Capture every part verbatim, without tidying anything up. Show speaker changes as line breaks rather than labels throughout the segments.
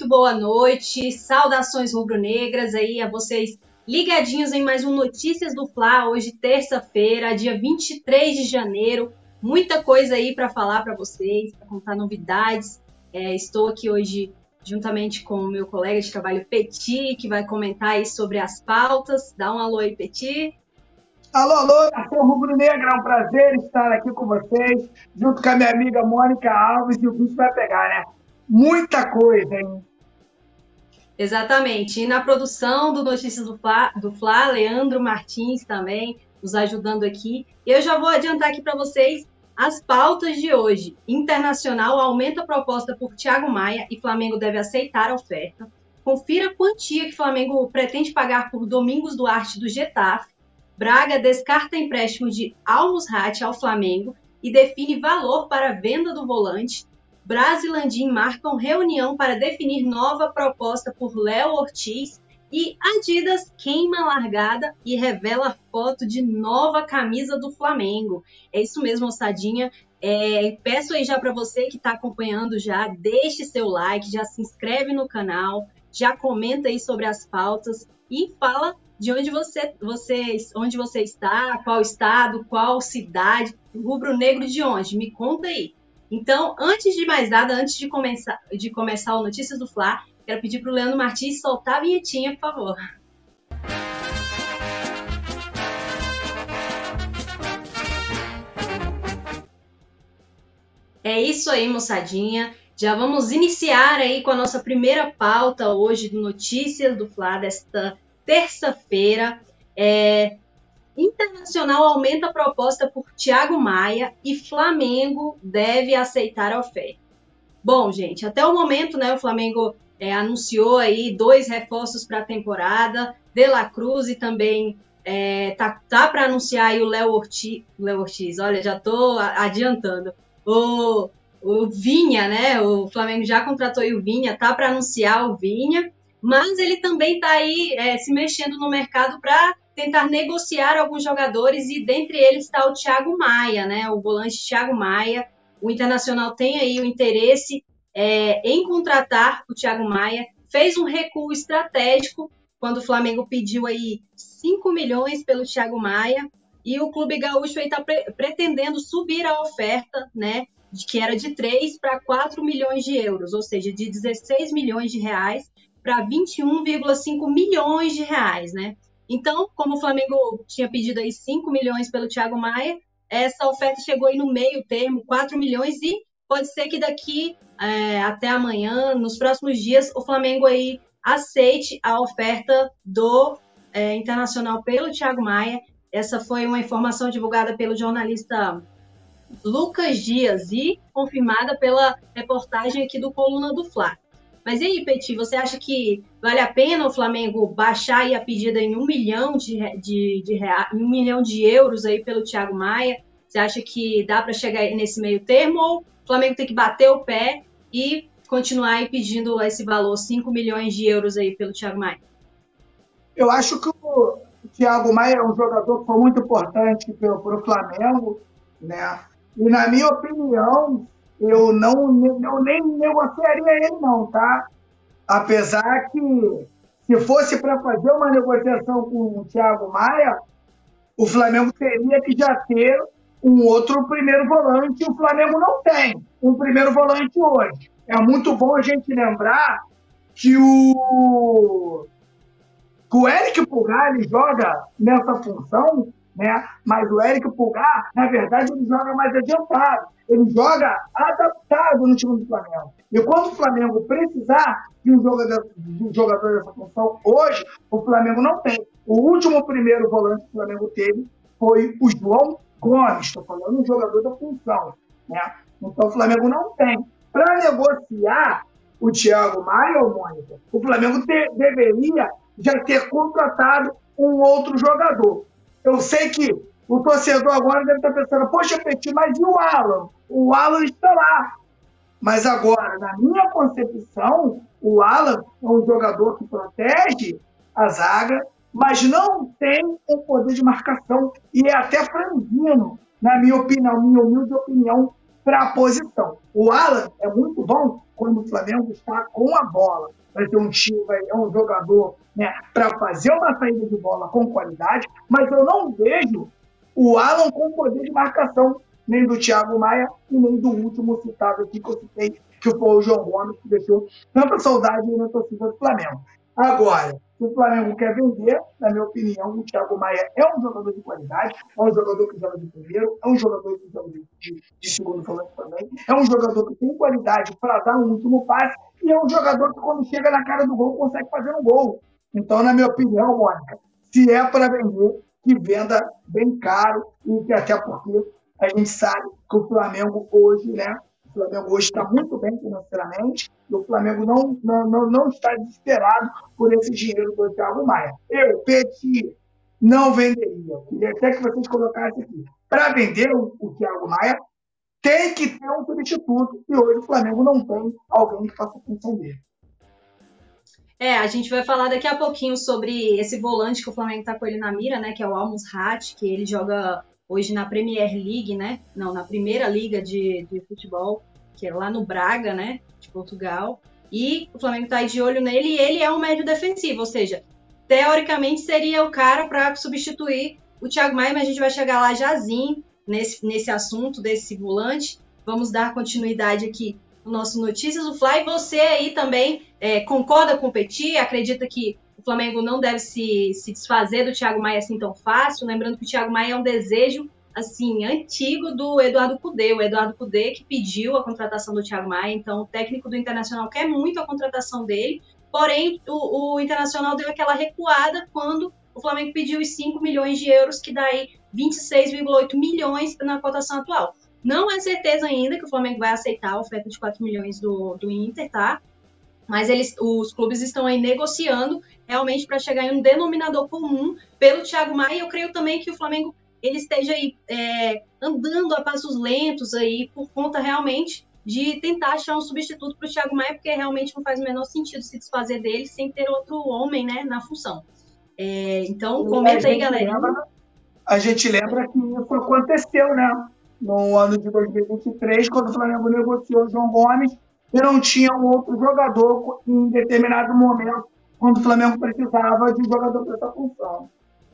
muito boa noite, saudações rubro-negras aí a vocês ligadinhos em mais um Notícias do Fla, hoje terça-feira, dia vinte e três de janeiro, muita coisa aí para falar para vocês, para contar novidades. É, estou aqui hoje juntamente com o meu colega de trabalho Petit, que vai comentar aí sobre as pautas. Dá um alô aí, Petit.
Alô, alô, nação rubro-negra, é um prazer estar aqui com vocês, junto com a minha amiga Mônica Alves, e o bicho vai pegar, né? Muita coisa, hein?
Exatamente. E na produção do Notícias do Fla, do Fla, Leandro Martins também nos ajudando aqui. E eu já vou adiantar aqui para vocês as pautas de hoje. Internacional aumenta a proposta por Thiago Maia e Flamengo deve aceitar a oferta. Confira a quantia que Flamengo pretende pagar por Domingos Duarte do Getafe. Braga descarta empréstimo de Al-Musrati ao Flamengo e define valor para a venda do volante. Braz e Landim marcam reunião para definir nova proposta por Léo Ortiz e Adidas queima a largada e revela foto de nova camisa do Flamengo. É isso mesmo, moçadinha. É, peço aí já para você que está acompanhando já, deixe seu like, já se inscreve no canal, já comenta aí sobre as pautas e fala de onde você, você, onde você está, qual estado, qual cidade, rubro-negro de onde, me conta aí. Então, antes de mais nada, antes de começar, de começar o Notícias do Fla, quero pedir para o Leandro Martins soltar a vinhetinha, por favor. É isso aí, moçadinha. Já vamos iniciar aí com a nossa primeira pauta hoje do Notícias do Fla, desta terça-feira. É... Internacional aumenta a proposta por Thiago Maia e Flamengo deve aceitar a oferta. Bom, gente, até o momento, né, o Flamengo é, anunciou aí dois reforços para a temporada, De La Cruz e também é, tá, tá para anunciar aí o Léo Ortiz, Léo Ortiz, olha, já tô adiantando, o, o Vinha, né, o Flamengo já contratou aí o Vinha, tá para anunciar o Vinha, mas ele também tá aí é, se mexendo no mercado para tentar negociar alguns jogadores e dentre eles está o Thiago Maia, né? O volante Thiago Maia. O Internacional tem aí o interesse é, em contratar o Thiago Maia. Fez um recuo estratégico quando o Flamengo pediu aí cinco milhões pelo Thiago Maia e o Clube Gaúcho está pre- pretendendo subir a oferta, né? De, que era de três para quatro milhões de euros, ou seja, de dezesseis milhões de reais para vinte e um vírgula cinco milhões de reais, né? Então, como o Flamengo tinha pedido aí cinco milhões pelo Thiago Maia, essa oferta chegou aí no meio termo, quatro milhões, e pode ser que daqui é, até amanhã, nos próximos dias, o Flamengo aí aceite a oferta do é, Internacional pelo Thiago Maia. Essa foi uma informação divulgada pelo jornalista Lucas Dias e confirmada pela reportagem aqui do Coluna do Fla. Mas e aí, Petit, você acha que vale a pena o Flamengo baixar aí a pedida em um milhão de, de, de reais, um milhão de euros aí pelo Thiago Maia? Você acha que dá para chegar nesse meio termo ou o Flamengo tem que bater o pé e continuar aí pedindo esse valor, cinco milhões de euros aí pelo Thiago Maia?
Eu acho que o Thiago Maia é um jogador que foi muito importante para o Flamengo, né? E na minha opinião, eu não eu nem negociaria ele não, tá? Apesar que, se fosse para fazer uma negociação com o Thiago Maia, o Flamengo teria que já ter um outro primeiro volante, e o Flamengo não tem um primeiro volante hoje. É muito bom a gente lembrar que o, que o Eric Pulgar ele joga nessa função, né? Mas o Eric Pulgar, na verdade, ele joga mais adiantado. Ele joga adaptado no time do Flamengo. E quando o Flamengo precisar de um jogador, de um jogador dessa função, hoje, o Flamengo não tem. O último primeiro volante que o Flamengo teve foi o João Gomes. Estou falando um jogador da função, né? Então, o Flamengo não tem. Para negociar o Thiago Maia, ou Mônica, o Flamengo te, deveria já ter contratado um outro jogador. Eu sei que o torcedor agora deve estar pensando, poxa, Petit, mas e o Alan? O Alan está lá. Mas agora, na minha concepção, o Alan é um jogador que protege a zaga, mas não tem um poder de marcação e é até franzino, na minha opinião, minha humilde opinião, para a posição. O Alan é muito bom quando o Flamengo está com a bola. Vai ter um time, vai é um jogador, né, para fazer uma saída de bola com qualidade, mas eu não vejo o Alan com poder de marcação, nem do Thiago Maia e nem do último citado aqui que eu citei, que foi o João Gomes, que deixou tanta saudade na torcida do Flamengo. Agora, se o Flamengo quer vender, na minha opinião, o Thiago Maia é um jogador de qualidade, é um jogador que joga de primeiro, é um jogador que joga de, de, de segundo volante também, é um jogador que tem qualidade para dar um último passe e é um jogador que, quando chega na cara do gol, consegue fazer um gol. Então, na minha opinião, Mônica, se é para vender, que venda bem caro, e que até porque a gente sabe que o Flamengo hoje, né? O Flamengo hoje está muito bem financeiramente e o Flamengo não, não, não, não está desesperado por esse dinheiro do Thiago Maia. Eu, Petit, não venderia. Queria até que vocês colocassem aqui. Para vender o, o Thiago Maia, tem que ter um substituto e hoje o Flamengo não tem alguém que faça a função dele.
É, a gente vai falar daqui a pouquinho sobre esse volante que o Flamengo tá com ele na mira, né, que é o Al-Musrati, que ele joga hoje na Premier League, né, não, na primeira liga de, de futebol, que é lá no Braga, né, de Portugal, e o Flamengo tá aí de olho nele e ele é um médio defensivo, ou seja, teoricamente seria o cara para substituir o Thiago Maia, mas a gente vai chegar lá jazinho nesse, nesse assunto desse volante. Vamos dar continuidade aqui no nosso Notícias do Fla, e você aí também é, concorda com o Petit, acredita que o Flamengo não deve se, se desfazer do Thiago Maia assim tão fácil, lembrando que o Thiago Maia é um desejo assim, antigo do Eduardo Cudê, o Eduardo Cudê que pediu a contratação do Thiago Maia, então o técnico do Internacional quer muito a contratação dele, porém o, o Internacional deu aquela recuada quando o Flamengo pediu os cinco milhões de euros, que dá aí vinte e seis vírgula oito milhões na cotação atual. Não é certeza ainda que o Flamengo vai aceitar a oferta de quatro milhões do, do Inter, tá? Mas eles, os clubes estão aí negociando realmente para chegar em um denominador comum pelo Thiago Maia. E eu creio também que o Flamengo ele esteja aí é, andando a passos lentos aí por conta realmente de tentar achar um substituto para o Thiago Maia, porque realmente não faz o menor sentido se desfazer dele sem ter outro homem, né, na função. É, então, comenta aí, galera.
Lembra, a gente lembra que isso aconteceu, né? No ano de dois mil e vinte e três, quando o Flamengo negociou o João Gomes, e não tinha um outro jogador em determinado momento, quando o Flamengo precisava de um jogador para essa função.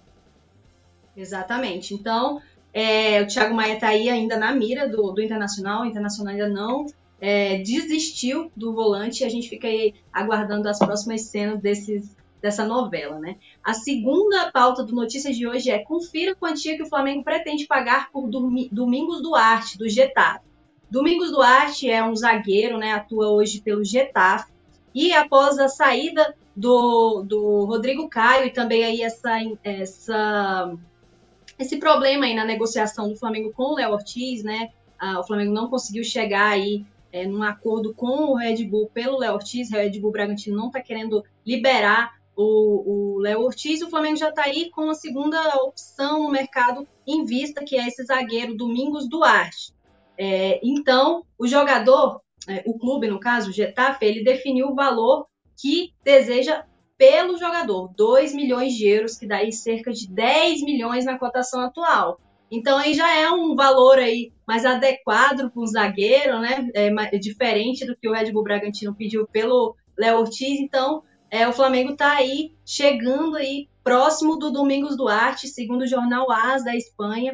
Exatamente. Então, é, o Thiago Maia está aí ainda na mira do, do Internacional, o Internacional ainda não é, desistiu do volante, e a gente fica aí aguardando as próximas cenas desses, dessa novela, né? A segunda pauta do Notícias de hoje é: confira a quantia que o Flamengo pretende pagar por Domingos Duarte, do Getafe. Domingos Duarte é um zagueiro, né? Atua hoje pelo Getafe, e após a saída do, do Rodrigo Caio e também aí essa, essa, esse problema aí na negociação do Flamengo com o Léo Ortiz, né? Ah, o Flamengo não conseguiu chegar aí é, num acordo com o Red Bull pelo Léo Ortiz. O Red Bull Bragantino não está querendo liberar o Léo Ortiz, o Flamengo já está aí com a segunda opção no mercado em vista, que é esse zagueiro Domingos Duarte. É, então, o jogador, é, o clube, no caso, o Getafe, ele definiu o valor que deseja pelo jogador, dois milhões de euros, que dá aí cerca de dez milhões na cotação atual. Então, aí já é um valor aí mais adequado para um zagueiro, né? É diferente do que o Red Bull Bragantino pediu pelo Léo Ortiz. Então, É, o Flamengo está aí chegando aí próximo do Domingos Duarte, segundo o jornal AS da Espanha.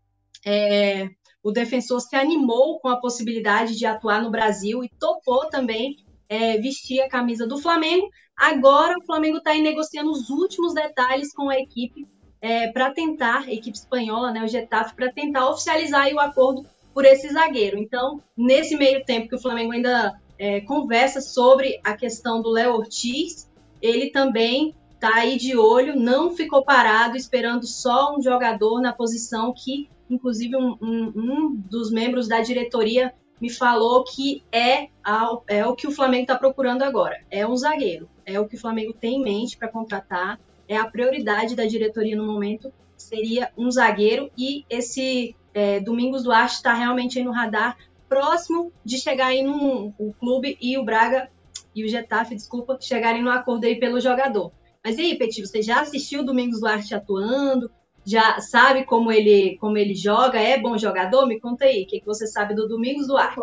É, o defensor se animou com a possibilidade de atuar no Brasil e topou também é, vestir a camisa do Flamengo. Agora o Flamengo está aí negociando os últimos detalhes com a equipe é, para tentar, a equipe espanhola, né, o Getafe, para tentar oficializar aí o acordo por esse zagueiro. Então, nesse meio tempo que o Flamengo ainda É, conversa sobre a questão do Léo Ortiz, ele também está aí de olho, não ficou parado esperando só um jogador na posição que, inclusive, um, um, um dos membros da diretoria me falou que é, a, é o que o Flamengo está procurando agora, é um zagueiro, é o que o Flamengo tem em mente para contratar, é a prioridade da diretoria no momento, seria um zagueiro, e esse é, Domingos Duarte está realmente aí no radar, próximo de chegar aí no o clube e o Braga e o Getafe, desculpa, chegarem no acordo aí pelo jogador. Mas e aí, Petit, você já assistiu o Domingos Duarte atuando? Já sabe como ele, como ele joga? É bom jogador? Me conta aí, o que, que você sabe do Domingos Duarte?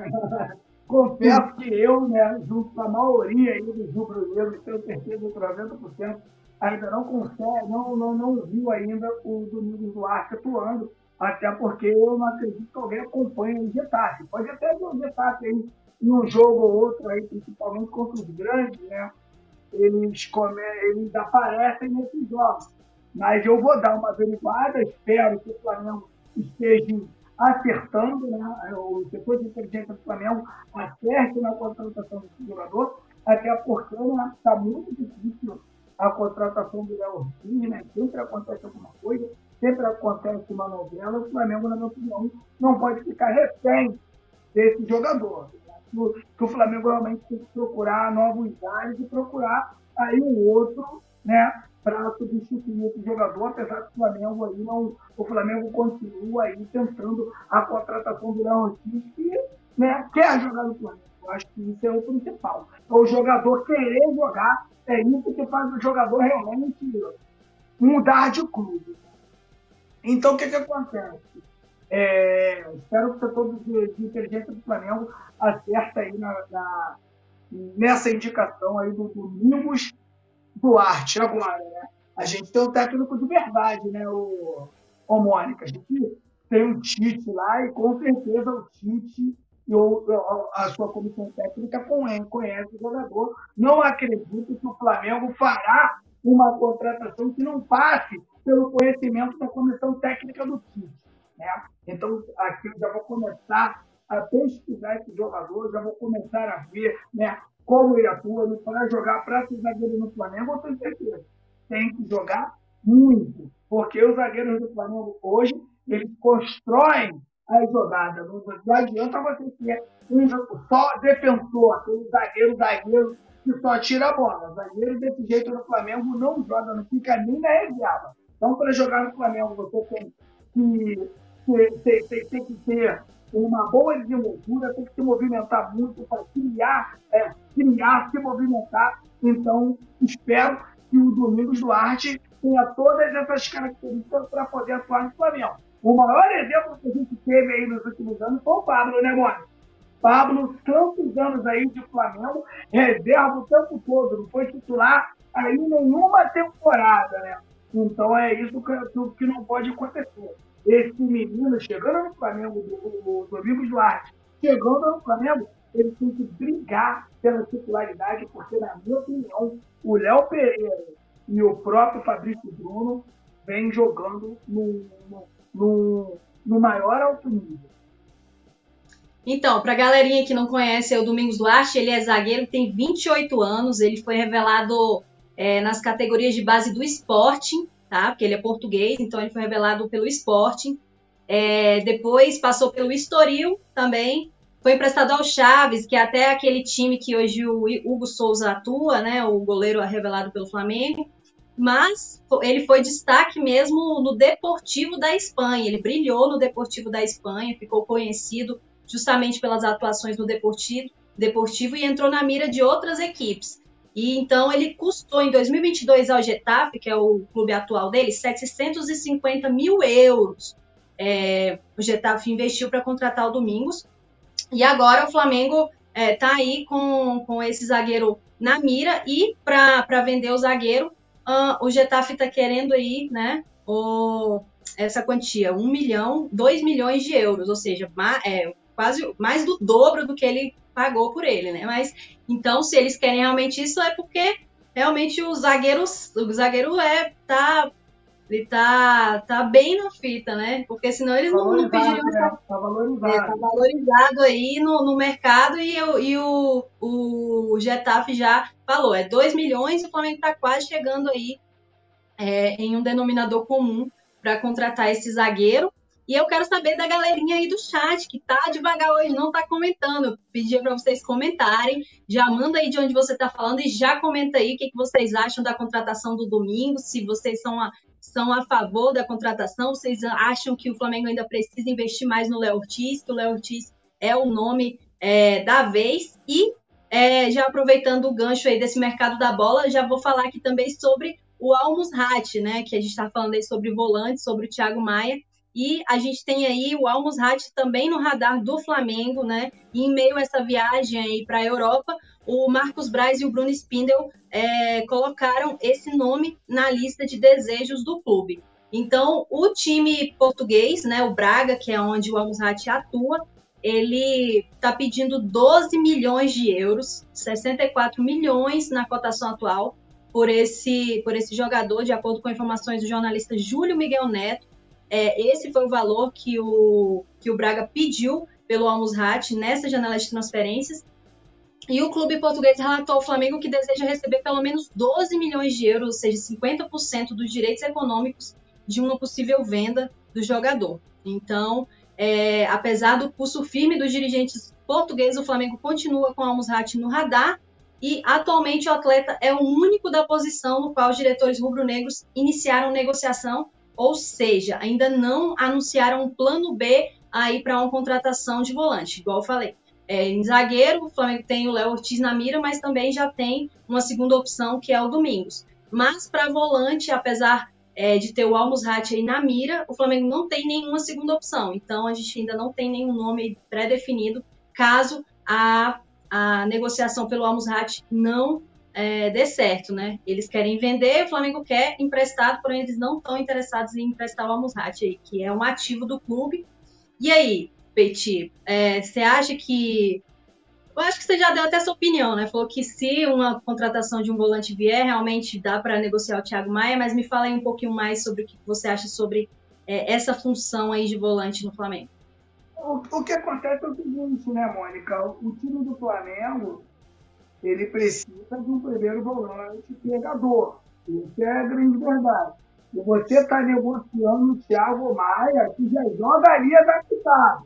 Confesso que eu, né, junto com a maioria aí dos rubro-negros, tenho certeza que noventa por cento ainda não consegue, não, não, não viu ainda o Domingos Duarte atuando, até porque eu não acredito que alguém acompanhe o Getafe. Pode até ver o Getafe aí num jogo ou outro, aí, principalmente contra os grandes, né? Eles, come, eles aparecem nesses jogos. Mas eu vou dar uma averiguada, espero que o Flamengo esteja acertando, né? O setor de inteligência do Flamengo acerte na contratação desse jogador, até porque está, né, muito difícil a contratação do Léo Ortiz, né? Sempre acontece alguma coisa, sempre acontece uma novela, o Flamengo, na minha opinião, não pode ficar refém desse jogador. Que o Flamengo realmente tem que procurar novos ares e procurar aí um outro, né, para substituir esse jogador, apesar que o Flamengo aí não, o Flamengo continua aí tentando a contratação do Léo Ortiz, que, né, quer jogar no Flamengo. Eu acho que isso é o principal. É o jogador querer jogar, é isso que faz o jogador realmente mudar de clube. Então, o que, que acontece? É, espero que o setor de, de inteligência do Flamengo acerta aí na, na, nessa indicação aí do Domingos Duarte. Agora, né? A gente tem um técnico de verdade, né, o, o Mônica. A gente tem um Tite lá e com certeza o Tite e o, a sua comissão técnica conhece o jogador. Não acredito que o Flamengo fará uma contratação que não passe pelo conhecimento da comissão técnica do Tite. Né? Então, aqui eu já vou começar a pesquisar esse jogador, já vou começar a ver, né, como ele atua, para jogar para ser zagueiro no Flamengo, eu tenho certeza. Tem que jogar muito, porque os zagueiros do Flamengo hoje, eles constroem as jogadas. Não adianta você ser um só defensor, aquele zagueiro, zagueiro que só tira a bola. Zagueiro desse jeito no Flamengo não joga, não fica nem na reserva. Então, para jogar no Flamengo, você tem que Tem, tem, tem que ter uma boa desenvoltura, tem que se movimentar muito para criar, é, criar, se movimentar. Então, espero que o Domingos Duarte tenha todas essas características para poder atuar no Flamengo. O maior exemplo que a gente teve aí nos últimos anos foi o Pablo, né, Mônica? Pablo, tantos anos aí de Flamengo, reserva o tempo todo, não foi titular aí nenhuma temporada, né? Então, é isso que, que não pode acontecer. Esse menino chegando no Flamengo, o Domingos Duarte, chegando no Flamengo, ele tem que brigar pela titularidade, porque, na minha opinião, o Léo Pereira e o próprio Fabrício Bruno vêm jogando no, no, no, no maior alto nível.
Então, para a galerinha que não conhece, é o Domingos Duarte, ele é zagueiro, tem vinte e oito anos, ele foi revelado é, nas categorias de base do Sporting, tá? Porque ele é português, então ele foi revelado pelo Sporting. É, depois passou pelo Estoril também, foi emprestado ao Chaves, que é até aquele time que hoje o Hugo Souza atua, né? O goleiro revelado pelo Flamengo. Mas ele foi destaque mesmo no Deportivo da Espanha. Ele brilhou no Deportivo da Espanha, ficou conhecido justamente pelas atuações no Deportivo, Deportivo e entrou na mira de outras equipes. E então ele custou em dois mil e vinte e dois ao Getafe, que é o clube atual dele, setecentos e cinquenta mil euros. É, o Getafe investiu para contratar o Domingos. E agora o Flamengo está é, aí com, com esse zagueiro na mira. E para vender o zagueiro, uh, o Getafe está querendo aí, né, o, essa quantia, um milhão, dois milhões de euros. Ou seja, é, quase mais do dobro do que ele pagou por ele, né? Mas então, se eles querem realmente isso, é porque realmente o zagueiro, o zagueiro é tá, ele tá, tá bem na fita, né? Porque senão eles não, não pediriam.
Né? Tá valorizado.
É, tá valorizado aí no, no mercado e, e o, o Getafe já falou, é dois milhões e o Flamengo tá quase chegando aí é, em um denominador comum para contratar esse zagueiro. E eu quero saber da galerinha aí do chat, que tá devagar hoje, não tá comentando. Eu pedi para vocês comentarem. Já manda aí de onde você tá falando e já comenta aí o que, que vocês acham da contratação do Domingos, se vocês são a, são a favor da contratação, vocês acham que o Flamengo ainda precisa investir mais no Léo Ortiz, que o Léo Ortiz é o nome é, da vez. E é, já aproveitando o gancho aí desse mercado da bola, já vou falar aqui também sobre o Al Musrati, né, que a gente está falando aí sobre volante, sobre o Thiago Maia, e a gente tem aí o Al Musrati também no radar do Flamengo, né, e em meio a essa viagem aí para a Europa, o Marcos Braz e o Bruno Spindel é, colocaram esse nome na lista de desejos do clube. Então, o time português, né, o Braga, que é onde o Al Musrati atua, ele está pedindo doze milhões de euros, sessenta e quatro milhões na cotação atual, por esse, por esse jogador, de acordo com informações do jornalista Júlio Miguel Neto. É, esse foi o valor que o, que o Braga pediu pelo Al Musrati nessa janela de transferências. E o clube português relatou ao Flamengo que deseja receber pelo menos doze milhões de euros, ou seja, cinquenta por cento dos direitos econômicos de uma possível venda do jogador. Então, é, apesar do pulso firme dos dirigentes portugueses, o Flamengo continua com o Al Musrati no radar e, atualmente, o atleta é o único da posição no qual os diretores rubro-negros iniciaram negociação, ou seja, ainda não anunciaram um plano B aí para uma contratação de volante, igual eu falei. É, em zagueiro, o Flamengo tem o Léo Ortiz na mira, mas também já tem uma segunda opção, que é o Domingos. Mas para volante, apesar é, de ter o Al Musrati aí na mira, o Flamengo não tem nenhuma segunda opção. Então, a gente ainda não tem nenhum nome pré-definido, caso a, a negociação pelo Al Musrati não é, dê certo, né? Eles querem vender, o Flamengo quer emprestado, porém eles não estão interessados em emprestar o Al Musrati aí, que é um ativo do clube. E aí, Petit, é, você acha que... Eu acho que você já deu até sua opinião, né? Falou que se uma contratação de um volante vier, realmente dá para negociar o Thiago Maia, mas me fala aí um pouquinho mais sobre o que você acha sobre é, essa função aí de volante no Flamengo.
O, o que acontece é o seguinte, né, Mônica? O, o time do Flamengo, ele precisa de um primeiro volante pegador. Isso é a grande verdade. E você está negociando o Thiago Maia, que já joga ali adaptado.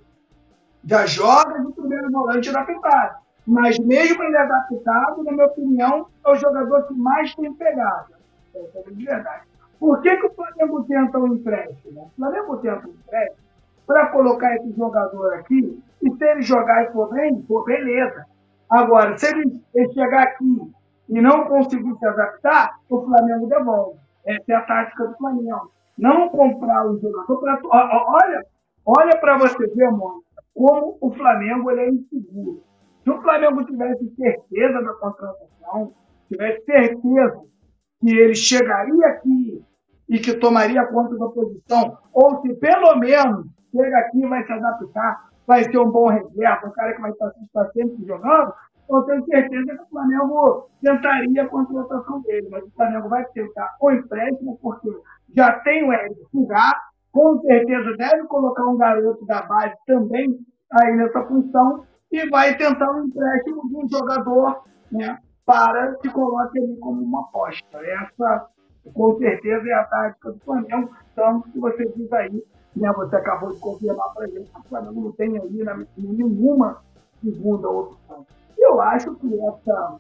Já joga de primeiro volante adaptado. Mas mesmo ele adaptado, na minha opinião, é o jogador que mais tem pegada. Essa é a grande verdade. Por que, que o Flamengo tenta um empréstimo? O Flamengo tenta um empréstimo para colocar esse jogador aqui, e se ele jogar e for bem, pô, beleza. Agora, se ele, ele chegar aqui e não conseguir se adaptar, o Flamengo devolve. Essa é a tática do Flamengo. Não comprar o jogador. Pra, olha olha para você ver, Mônica, como o Flamengo ele é inseguro. Se o Flamengo tivesse certeza da contratação, tivesse certeza que ele chegaria aqui e que tomaria conta da posição, ou se pelo menos chega aqui e vai se adaptar, vai ser um bom reserva, um cara que vai estar, estar sempre jogando, eu tenho certeza que o Flamengo tentaria a contratação dele, mas o Flamengo vai tentar o empréstimo, porque já tem o Érico Fugá, com certeza deve colocar um garoto da base também aí nessa função, e vai tentar um empréstimo de um jogador, né, para que coloque ele como uma aposta. Essa, com certeza, é a tática do Flamengo, tanto que você diz aí, né, você acabou de confirmar para ele que o Flamengo não tem aí na, nenhuma segunda opção. Eu acho que essa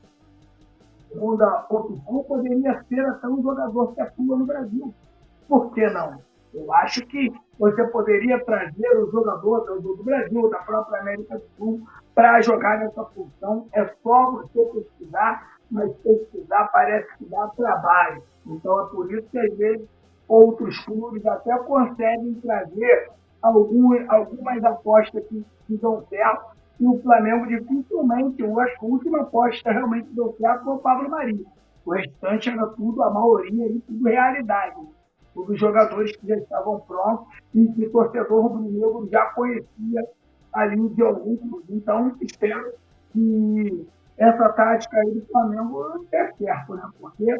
segunda opção poderia ser até um jogador que atua no Brasil. Por que não? Eu acho que você poderia trazer o jogador do, do Brasil, da própria América do Sul, para jogar nessa função. É só você pesquisar, mas pesquisar parece que dá trabalho. Então é por isso que às vezes outros clubes até conseguem trazer algum, algumas apostas que, que dão certo, e o Flamengo dificilmente, eu acho que a última aposta realmente deu certo foi o Pablo Mari. O restante era tudo, a maioria, e tudo realidade. Os jogadores que já estavam prontos e que o torcedor rubro-negro já conhecia ali de algum clube. Então, espero que essa tática aí do Flamengo dê certo, né? Porque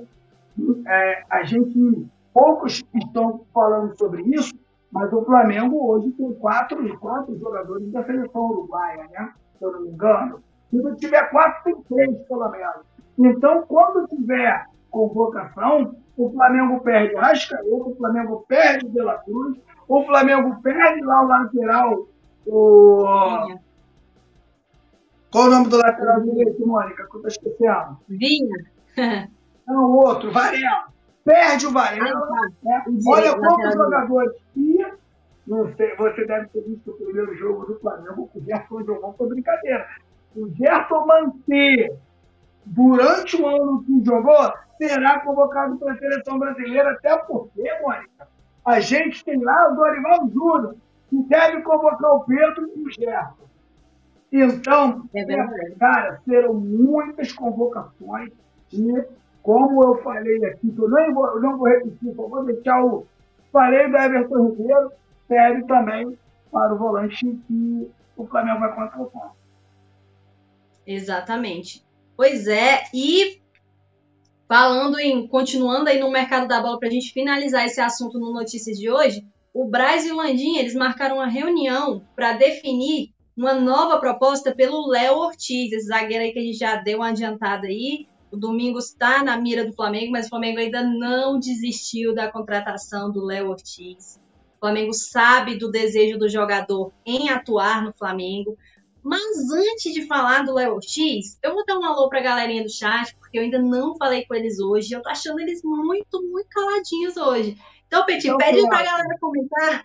é, a gente, poucos estão falando sobre isso, mas o Flamengo hoje tem quatro, quatro jogadores da seleção uruguaia, né? Se eu não me engano. Se não tiver quatro, tem três, pelo menos. Então, quando tiver convocação, o Flamengo perde o Rascaeta, o Flamengo perde o De La Cruz, o Flamengo perde lá o lateral, o... Qual o nome do lateral direito, Mônica, que eu estou esquecendo?
Vinha.
Não, o outro, Varela. Perde o Varela. Ah, né? Olha quantos jogadores. E, não sei, você deve ter visto o primeiro jogo do Flamengo, o Gerson jogou com brincadeira. O Gerson manter durante o ano que jogou, será convocado para a seleção brasileira, até porque, Mônica, a gente tem lá o Dorival Júnior, que deve convocar o Pedro e o Gerson. Então,
É verdade.
cara, serão muitas convocações e, como eu falei aqui, que eu não vou, eu não vou repetir, só vou deixar o... Falei do Everton Ribeiro, serve também para o volante que o Flamengo vai contratar.
Exatamente. Pois é, e falando em, continuando aí no mercado da bola para a gente finalizar esse assunto no Notícias de hoje, o Braz e o Landim, eles marcaram uma reunião para definir uma nova proposta pelo Léo Ortiz, esse zagueiro aí que a gente já deu uma adiantada aí. O Domingos está na mira do Flamengo, mas o Flamengo ainda não desistiu da contratação do Léo Ortiz. O Flamengo sabe do desejo do jogador em atuar no Flamengo. Mas antes de falar do Léo Ortiz, eu vou dar um alô para a galerinha do chat, porque eu ainda não falei com eles hoje. Eu tô achando eles muito, muito caladinhos hoje. Então, Petit,
Então,
pede para a
pronto.
galera comentar.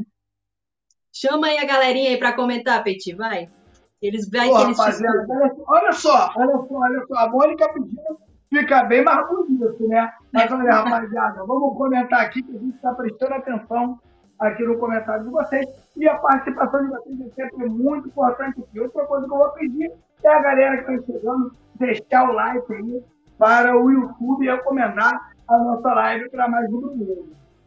Chama aí a galerinha aí para comentar, Petit, vai. Eles vai
Pô,
que eles te
rapaziada,
escutam.
olha só, olha só, olha só. A Mônica pedindo fica bem mais bonito, né? Mas olha, rapaziada, vamos comentar aqui que a gente está prestando atenção aqui no comentário de vocês. E a participação de vocês é sempre muito importante aqui. Outra coisa que eu vou pedir é a galera que está chegando deixar o like aí para o YouTube recomendar a nossa live para mais um primeiro.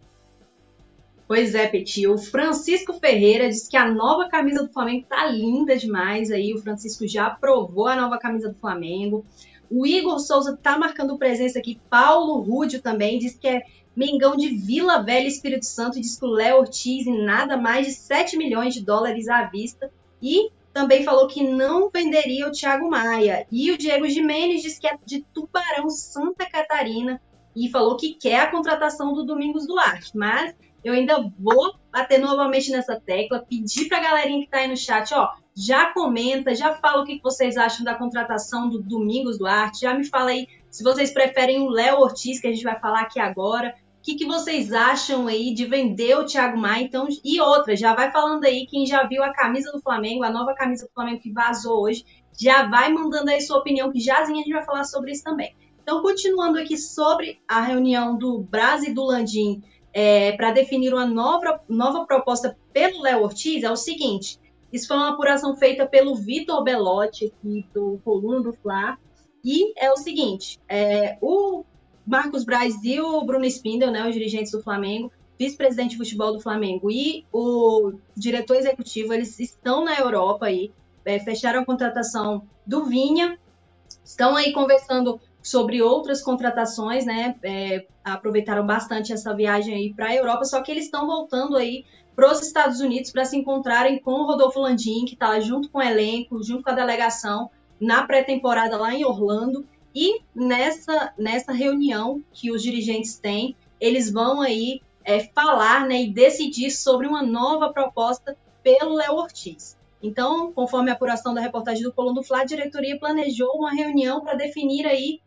Pois é, Petit. O Francisco Ferreira disse que a nova camisa do Flamengo tá linda demais aí. O Francisco já aprovou a nova camisa do Flamengo. O Igor Souza tá marcando presença aqui. Paulo Rúdio também diz que é Mengão de Vila Velha, Espírito Santo. Diz que o Léo Ortiz em nada mais de sete milhões de dólares à vista. E também falou que não venderia o Thiago Maia. E o Diego Jimenez diz que é de Tubarão, Santa Catarina. E falou que quer a contratação do Domingos Duarte. Mas eu ainda vou bater novamente nessa tecla, pedir para a galerinha que está aí no chat, ó, já comenta, já fala o que vocês acham da contratação do Domingos Duarte, já me fala aí se vocês preferem o Léo Ortiz, que a gente vai falar aqui agora, o que, que vocês acham aí de vender o Thiago Maia, então, e outra, já vai falando aí, quem já viu a camisa do Flamengo, a nova camisa do Flamengo que vazou hoje, já vai mandando aí sua opinião, que jazinha a gente vai falar sobre isso também. Então, continuando aqui sobre a reunião do Braz e do Landim, É, para definir uma nova, nova proposta pelo Léo Ortiz, é o seguinte, isso foi uma apuração feita pelo Vitor Belotti, aqui do Coluna do Fla, e é o seguinte, é, o Marcos Braz e o Bruno Spindel, né, os dirigentes do Flamengo, vice-presidente de futebol do Flamengo e o diretor executivo, eles estão na Europa aí, é, fecharam a contratação do Vinha, estão aí conversando sobre outras contratações, né? É, aproveitaram bastante essa viagem aí para a Europa, só que eles estão voltando aí para os Estados Unidos para se encontrarem com o Rodolfo Landim, que está junto com o elenco, junto com a delegação, na pré-temporada lá em Orlando. E nessa, nessa reunião que os dirigentes têm, eles vão aí é, falar, né, e decidir sobre uma nova proposta pelo Léo Ortiz. Então, conforme a apuração da reportagem do Coluna do Fla, a diretoria planejou uma reunião para definir aí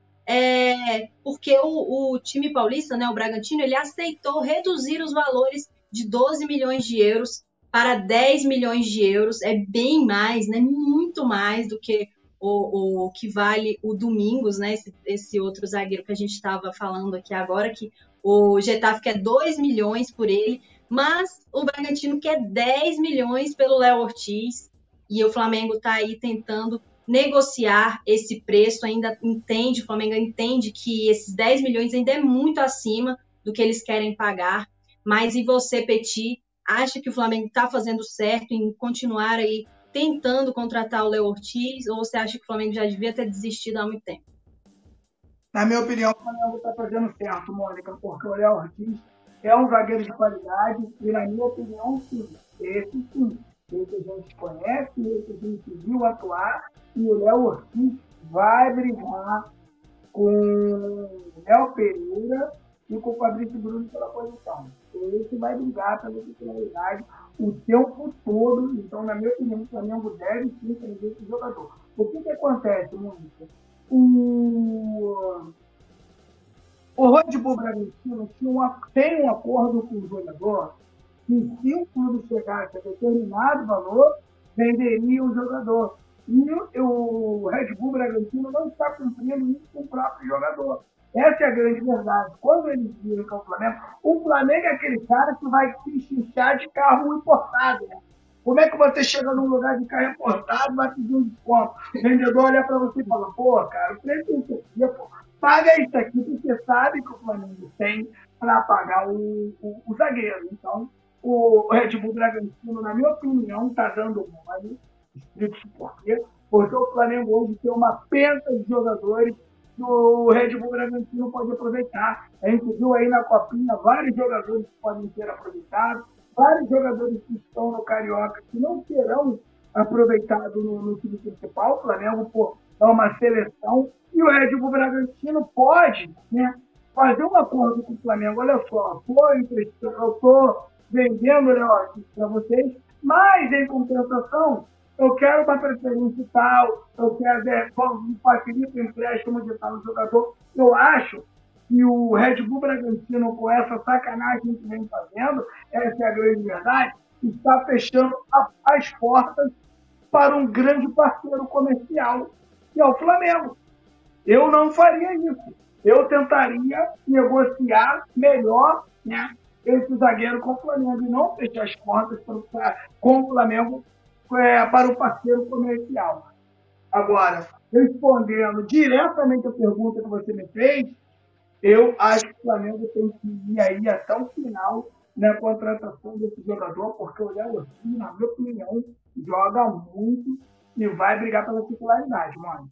É, porque o, o time paulista, né, o Bragantino, ele aceitou reduzir os valores de doze milhões de euros para dez milhões de euros. É bem mais, né, muito mais do que o, o que vale o Domingos, né, esse, esse outro zagueiro que a gente estava falando aqui agora, que o Getafe quer dois milhões por ele, mas o Bragantino quer dez milhões pelo Léo Ortiz, e o Flamengo está aí tentando negociar esse preço, ainda entende, o Flamengo entende que esses dez milhões ainda é muito acima do que eles querem pagar, mas e você, Petit, acha que o Flamengo está fazendo certo em continuar aí tentando contratar o Léo Ortiz, ou você acha que o Flamengo já devia ter desistido há muito tempo?
Na minha opinião, o Flamengo está fazendo certo, Mônica, porque o Léo Ortiz é um zagueiro de qualidade e, na minha opinião, sim, esse sim, esse a gente conhece, esse a gente viu atuar, e o Léo Ortiz vai brigar com o Léo Pereira e com o Fabrício Bruno pela posição. Esse vai brigar pela titularidade o tempo todo. Então, na minha opinião, o Flamengo deve sim trazer esse jogador. O que, que acontece, Mônica? O, o Red Bull Bragantino tinha uma, tem um acordo com o jogador que, se o clube chegasse a determinado valor, venderia o jogador. E o Red Bull Bragantino não está cumprindo isso com o próprio jogador. Essa é a grande verdade. Quando eles viram que é o Flamengo, o Flamengo é aquele cara que vai se xinchar de carro importado, né? Como é que você chega num lugar de carro importado, vai pedir um desconto? O vendedor olha para você e fala, pô, cara, o preço é isso aqui, pô. Paga isso aqui, porque você sabe que o Flamengo tem para pagar o, o, o zagueiro. Então, o Red Bull Bragantino, na minha opinião, está dando mole. Explico por quê. Porque o Flamengo hoje tem uma penca de jogadores que o Red Bull Bragantino pode aproveitar. A gente viu aí na Copinha vários jogadores que podem ser aproveitados, vários jogadores que estão no Carioca que não serão aproveitados no, no time principal. O Flamengo, pô, é uma seleção. E o Red Bull Bragantino pode, né, fazer um acordo com o Flamengo. Olha só, eu estou vendendo, Léo, para vocês, mas em compensação, eu quero uma preferência tal, eu quero é, facilitar o empréstimo de tal jogador. Eu acho que o Red Bull Bragantino, com essa sacanagem que vem fazendo, essa é a grande verdade, está fechando a, as portas para um grande parceiro comercial, que é o Flamengo. Eu não faria isso. Eu tentaria negociar melhor, né, esse zagueiro com o Flamengo e não fechar as portas para, com o Flamengo é, para o parceiro comercial. Agora, respondendo diretamente a pergunta que você me fez, eu acho que o Flamengo tem que ir aí até o final na contratação desse jogador, porque o Léo Ortiz, na minha opinião, joga muito e vai brigar pela titularidade, mano.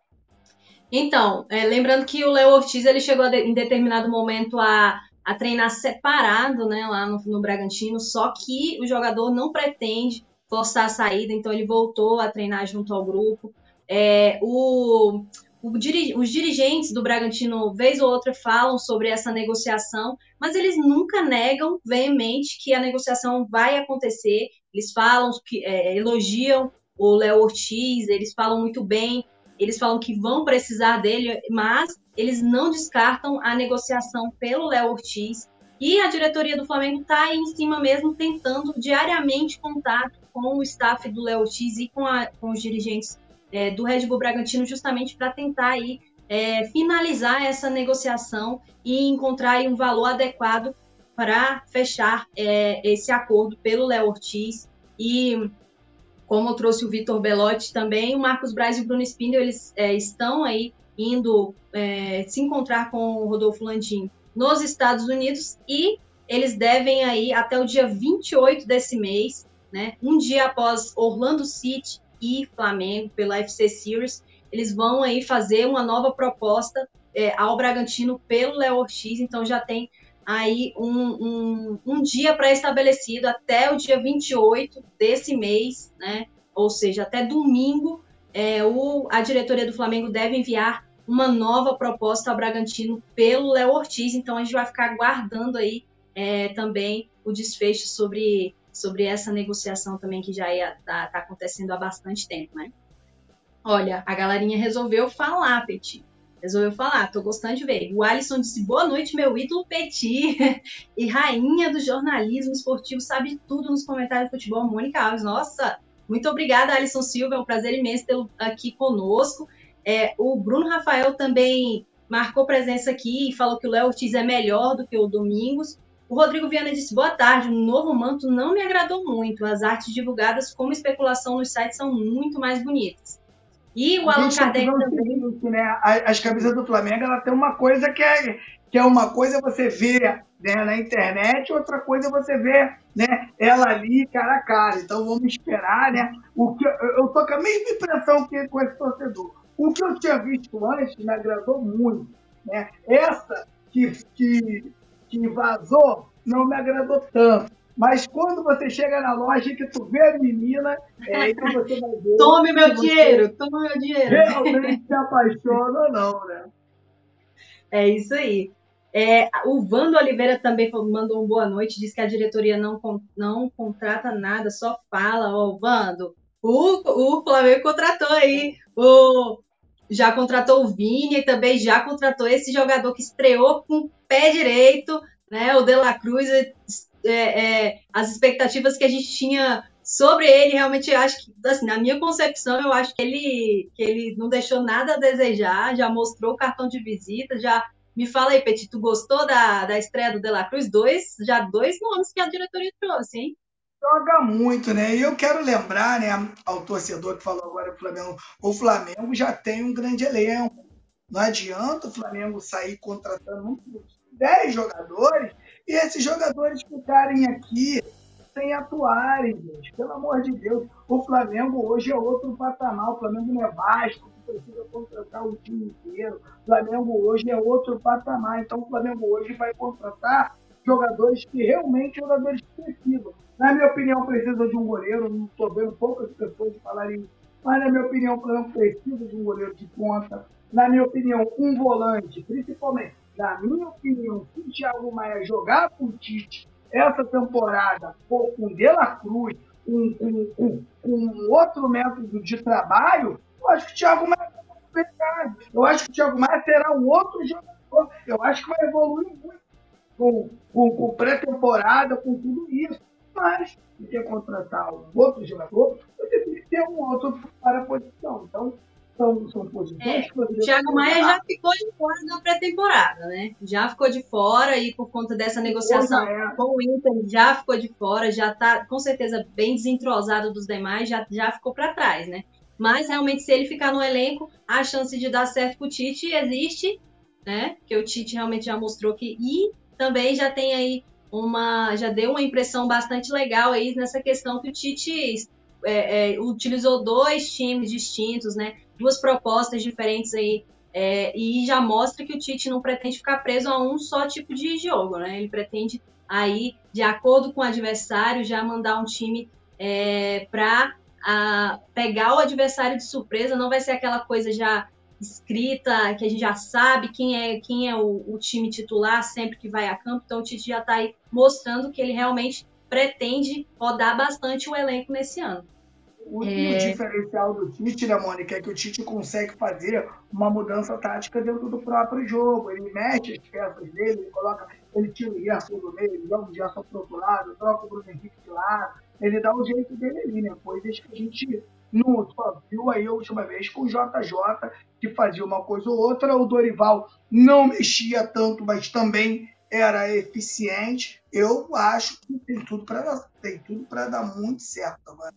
Então, é, lembrando que o Léo Ortiz ele chegou de, em determinado momento a, a treinar separado, né, lá no, no Bragantino, só que o jogador não pretende forçar a saída, então ele voltou a treinar junto ao grupo. É, o, o, os dirigentes do Bragantino, vez ou outra, falam sobre essa negociação, mas eles nunca negam veemente que a negociação vai acontecer. Eles falam, que é, elogiam o Léo Ortiz, eles falam muito bem. Eles falam que vão precisar dele, mas eles não descartam a negociação pelo Léo Ortiz. E a diretoria do Flamengo está aí em cima mesmo, tentando diariamente contato com o staff do Léo Ortiz e com, a, com os dirigentes é, do Red Bull Bragantino, justamente para tentar aí, é, finalizar essa negociação e encontrar aí um valor adequado para fechar é, esse acordo pelo Léo Ortiz. E como trouxe o Vitor Belotti também, o Marcos Braz e o Bruno Spindel, eles é, estão aí indo é, se encontrar com o Rodolfo Landim nos Estados Unidos e eles devem aí até o dia vinte e oito desse mês, né, um dia após Orlando City e Flamengo pela F C Series, eles vão aí fazer uma nova proposta é, ao Bragantino pelo Léo Ortiz, então já tem aí um, um, um dia pré-estabelecido até o dia vinte e oito desse mês, né? Ou seja, até domingo, é, o, a diretoria do Flamengo deve enviar uma nova proposta ao Bragantino pelo Léo Ortiz, então a gente vai ficar aguardando aí é, também o desfecho sobre, sobre essa negociação também que já está tá acontecendo há bastante tempo, né? Olha, a galerinha resolveu falar, Petit. Resolveu falar, tô gostando de ver. O Alisson disse, boa noite, meu ídolo Petit. E rainha do jornalismo esportivo, sabe tudo nos comentários do futebol, Mônica Alves. Nossa, muito obrigada, Alisson Silva, é um prazer imenso tê-lo aqui conosco. É, o Bruno Rafael também marcou presença aqui e falou que o Léo Ortiz é melhor do que o Domingos. O Rodrigo Viana disse, boa tarde, o novo manto não me agradou muito. As artes divulgadas como especulação nos sites são muito mais bonitas. E o Allan Kardec também.
Seguinte, né? As camisas do Flamengo, ela tem uma coisa que é, que é uma coisa você vê, né, na internet, outra coisa você vê, né, ela ali cara a cara. Então vamos esperar, né? O que, eu tô com a mesma impressão que com esse torcedor. O que eu tinha visto antes me agradou muito, né? Essa que, que, que vazou não me agradou tanto. Mas quando você chega na loja que tu vê a menina, é aí que você vai ver.
Tome meu dinheiro, tome meu dinheiro.
Realmente se apaixona ou não, né?
É isso aí. É, o Vando Oliveira também mandou um boa noite, disse que a diretoria não, não contrata nada, só fala. Ó, Vando, o, o Flamengo contratou aí, o, já contratou o Vini e também já contratou esse jogador que estreou com o pé direito, né? O De La Cruz. É, é, as expectativas que a gente tinha sobre ele, realmente, acho que, assim, na minha concepção, eu acho que ele, que ele não deixou nada a desejar, já mostrou o cartão de visita, já Me fala aí, Petit, tu gostou da, da estreia do De La Cruz? Dois, já dois nomes que a diretoria trouxe, hein?
Joga muito, né? E eu quero lembrar, né, ao torcedor que falou agora do Flamengo, o Flamengo já tem um grande elenco. Não adianta o Flamengo sair contratando dez jogadores e esses jogadores ficarem aqui sem atuarem, gente. Pelo amor de Deus. O Flamengo hoje é outro patamar. O Flamengo não é Vasco, que precisa contratar o time inteiro. O Flamengo hoje é outro patamar. Então o Flamengo hoje vai contratar jogadores que realmente jogadores que precisam. Na minha opinião, precisa de um goleiro. Não estou vendo poucas pessoas falarem isso. Mas, na minha opinião, o Flamengo precisa de um goleiro de ponta. Na minha opinião, um volante, principalmente. Na minha opinião, se o Thiago Maia jogar com o Tite essa temporada, ou com o De La Cruz, com, com, com, com outro método de trabalho, eu acho que o Thiago Maia vai ficar. Eu acho que o Thiago Maia será um outro jogador. Eu acho que vai evoluir muito com, com, com pré-temporada, com tudo isso. Mas, se quer contratar um outro jogador, você tem que ter um outro para a posição. Então, são, são posições
É,
que
o Thiago Maia já ficou de fora da pré-temporada, né? Já ficou de fora e por conta dessa negociação
é.
com o Inter já ficou de fora, já tá com certeza bem desentrosado dos demais, já, já ficou para trás, né? Mas realmente se ele ficar no elenco, a chance de dar certo com o Tite existe, né? Porque o Tite realmente já mostrou que e também já tem aí uma, já deu uma impressão bastante legal aí nessa questão que o Tite é, é, utilizou dois times distintos, né? Duas propostas diferentes aí, é, e já mostra que o Tite não pretende ficar preso a um só tipo de jogo, né? Ele pretende aí, de acordo com o adversário, já mandar um time é, para pegar o adversário de surpresa, não vai ser aquela coisa já escrita, que a gente já sabe quem é, quem é o, o time titular sempre que vai a campo, então o Tite já está aí mostrando que ele realmente pretende rodar bastante o elenco nesse ano.
O, é... o diferencial do Tite, né, Mônica, é que o Tite consegue fazer uma mudança tática dentro do próprio jogo. Ele mexe as peças dele, ele coloca, ele tira o Gerson do meio, ele joga o Gerson pro outro lado, troca o Bruno Henrique de lado, ele dá o jeito dele ali, né? Coisas que a gente não só viu aí a última vez com o J J, que fazia uma coisa ou outra. O Dorival não mexia tanto, mas também era eficiente. Eu acho que tem tudo para dar, tem tudo para dar muito certo agora.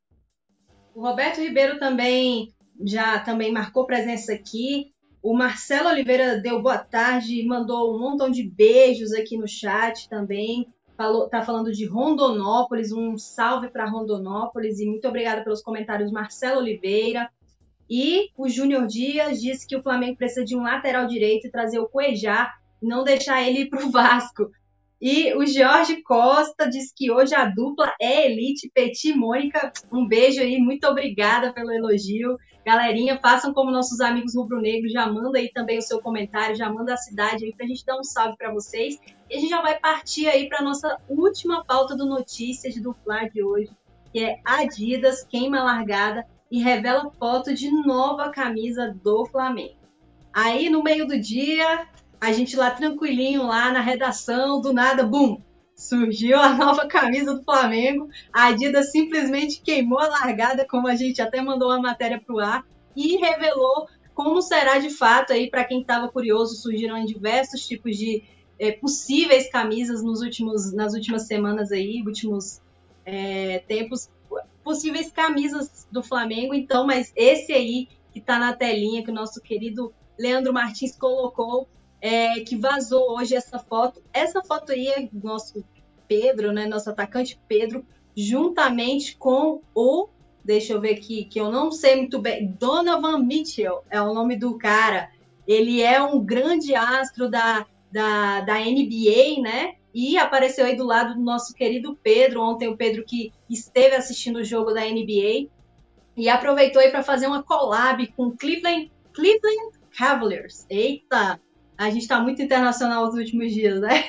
O Roberto Ribeiro também já também marcou presença aqui. O Marcelo Oliveira deu boa tarde, mandou um montão de beijos aqui no chat também. Falou, tá falando de Rondonópolis, um salve para Rondonópolis e muito obrigada pelos comentários, Marcelo Oliveira. E o Júnior Dias disse que o Flamengo precisa de um lateral direito e trazer o Cuejá e não deixar ele ir para o Vasco. E o Jorge Costa diz que hoje a dupla é elite. Petit e Mônica, um beijo aí, muito obrigada pelo elogio. Galerinha, façam como nossos amigos rubro-negros, já manda aí também o seu comentário, já manda a cidade aí pra gente dar um salve para vocês. E a gente já vai partir aí para nossa última pauta do Notícias do Fla de hoje, que é Adidas queima a largada e revela foto de nova camisa do Flamengo. Aí, no meio do dia, a gente lá tranquilinho, lá na redação, do nada, bum, surgiu a nova camisa do Flamengo. A Adidas simplesmente queimou a largada, como a gente até mandou uma matéria para o ar, e revelou como será de fato aí, para quem estava curioso, surgiram em diversos tipos de é, possíveis camisas nos últimos, nas últimas semanas aí, últimos é, tempos, possíveis camisas do Flamengo, então, mas esse aí que está na telinha, que o nosso querido Leandro Martins colocou, é, que vazou hoje essa foto. Essa foto aí é do nosso Pedro, né, nosso atacante Pedro, juntamente com o, deixa eu ver aqui, que eu não sei muito bem, Donovan Mitchell é o nome do cara. Ele é um grande astro da, da, da N B A, né? E apareceu aí do lado do nosso querido Pedro, ontem o Pedro que esteve assistindo o jogo da N B A, e aproveitou aí para fazer uma collab com o Cleveland, Cleveland Cavaliers. Eita! A gente está muito internacional nos últimos dias, né?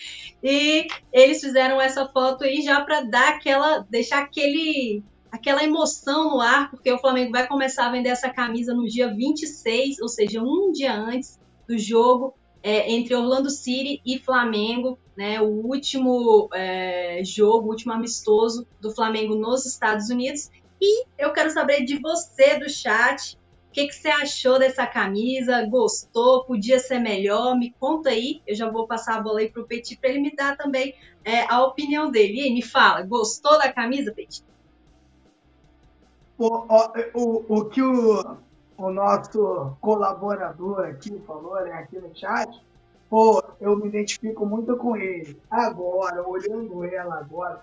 E eles fizeram essa foto aí já para dar aquela, deixar aquele, aquela emoção no ar, porque o Flamengo vai começar a vender essa camisa no dia vinte e seis, ou seja, um dia antes do jogo é, entre Orlando City e Flamengo, né? O último é, jogo, o último amistoso do Flamengo nos Estados Unidos. E eu quero saber de você do chat, O que, que você achou dessa camisa? Gostou? Podia ser melhor? Me conta aí. Eu já vou passar a bola aí pro Petit para ele me dar também é, a opinião dele. E aí, me fala, gostou da camisa, Petit?
O, o, o, o que o, o nosso colaborador aqui falou, né, aqui no chat, pô, eu me identifico muito com ele. Agora, olhando ela agora,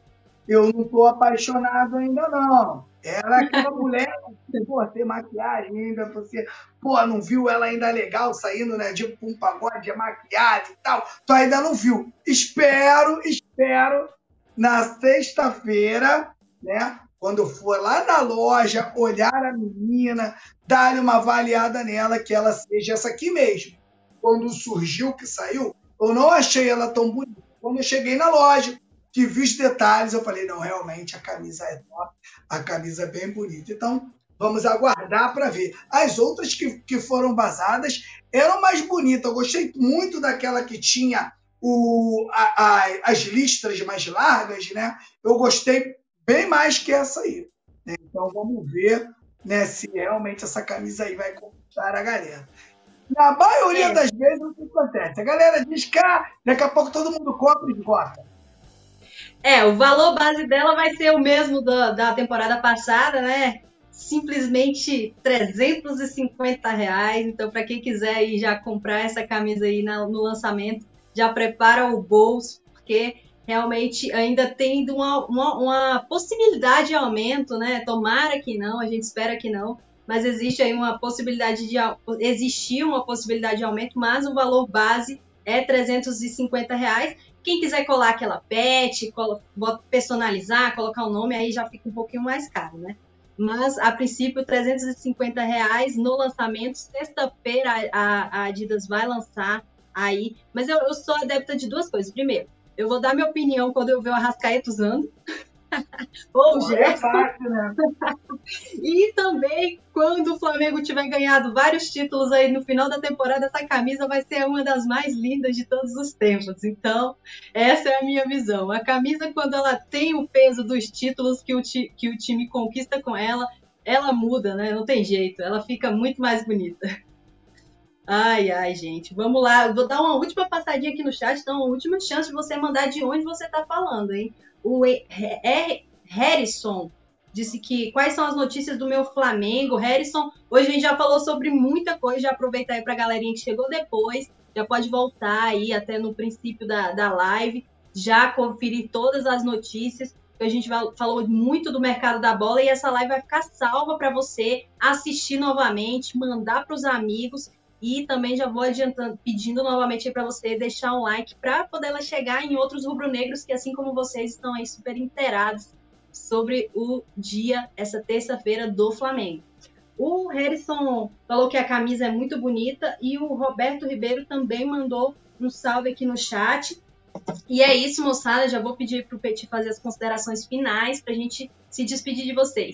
eu não tô apaixonado ainda, não. Ela é aquela mulher que, pô, tem maquiagem ainda, você, pô, não viu ela ainda legal saindo, né, de um pagode, de maquiagem e tal, tu ainda não viu. Espero, espero, na sexta-feira, né, quando for lá na loja, olhar a menina, dar uma avaliada nela, que ela seja essa aqui mesmo. Quando surgiu, que saiu, eu não achei ela tão bonita. Quando eu cheguei na loja, que vi os detalhes, eu falei, não, realmente a camisa é top, a camisa é bem bonita. Então, vamos aguardar para ver. As outras que, que foram vazadas eram mais bonitas. Eu gostei muito daquela que tinha o, a, a, as listras mais largas, né? Eu gostei bem mais que essa aí. Né? Então, vamos ver, né, se realmente essa camisa aí vai conquistar a galera. Na maioria é. das vezes, o que acontece? A galera diz que ah, daqui a pouco todo mundo compra e esgota.
É, o valor base dela vai ser o mesmo do, da temporada passada, né? Simplesmente trezentos e cinquenta reais. Então, para quem quiser aí já comprar essa camisa aí na, no lançamento, já prepara o bolso, porque realmente ainda tem uma, uma, uma possibilidade de aumento, né? Tomara que não, a gente espera que não, mas existe aí uma possibilidade de existir uma possibilidade de aumento, mas o valor base é trezentos e cinquenta reais. Quem quiser colar aquela pet, personalizar, colocar o nome, aí já fica um pouquinho mais caro, né? Mas, a princípio, trezentos e cinquenta reais no lançamento. Sexta-feira a, a Adidas vai lançar aí. Mas eu, eu sou adepta de duas coisas. Primeiro, eu vou dar minha opinião quando eu ver o Arrascaeta usando. Ou o Gerson. É né? E também, quando o Flamengo tiver ganhado vários títulos aí no final da temporada, essa camisa vai ser uma das mais lindas de todos os tempos. Então, essa é a minha visão. A camisa, quando ela tem o peso dos títulos que o, ti, que o time conquista com ela, ela muda, né? Não tem jeito. Ela fica muito mais bonita. Ai, ai, gente. Vamos lá. Vou dar uma última passadinha aqui no chat. Então, uma última chance de você mandar de onde você está falando, hein? O R. Harrison disse que quais são as notícias do meu Flamengo. Harrison, hoje a gente já falou sobre muita coisa, já aproveita aí para a galerinha que chegou depois, já pode voltar aí até no princípio da, da live, já conferir todas as notícias, que a gente falou muito do mercado da bola, e essa live vai ficar salva para você assistir novamente, mandar para os amigos, e também já vou adiantando, pedindo novamente para você deixar um like para poder ela chegar em outros rubro-negros que, assim como vocês, estão aí super inteirados sobre o dia, essa terça-feira do Flamengo. O Harrison falou que a camisa é muito bonita e o Roberto Ribeiro também mandou um salve aqui no chat. E é isso, moçada. Já vou pedir para o Petit fazer as considerações finais para a gente se despedir de vocês.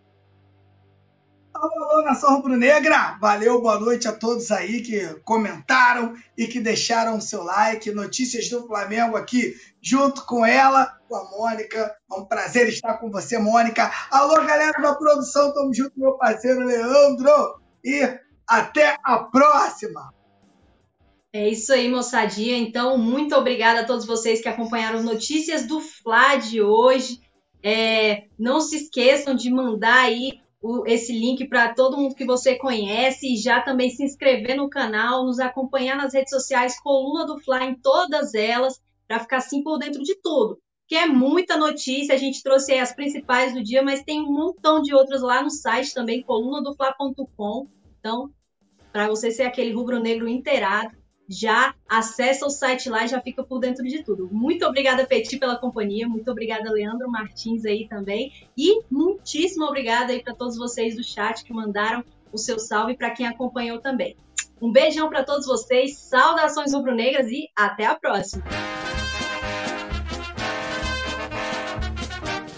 Alô, nação rubro-negra! Valeu, boa noite a todos aí que comentaram e que deixaram o seu like. Notícias do Flamengo aqui, junto com ela, com a Mônica. É um prazer estar com você, Mônica. Alô, galera da produção, tamo junto, meu parceiro Leandro. E até a próxima!
É isso aí, moçadinha. Então, muito obrigada a todos vocês que acompanharam as notícias do Fla de hoje. É, não se esqueçam de mandar aí O, esse link para todo mundo que você conhece e já também se inscrever no canal, nos acompanhar nas redes sociais, Coluna do Fla em todas elas, para ficar assim por dentro de tudo. Que é muita notícia, a gente trouxe aí as principais do dia, mas tem um montão de outras lá no site também, coluna do fla ponto com. Então, para você ser aquele rubro-negro inteirado, já acessa o site lá e já fica por dentro de tudo. Muito obrigada, Petit, pela companhia. Muito obrigada, Leandro Martins aí também. E muitíssimo obrigada aí para todos vocês do chat que mandaram o seu salve, para quem acompanhou também. Um beijão para todos vocês, saudações rubro-negras e até a próxima!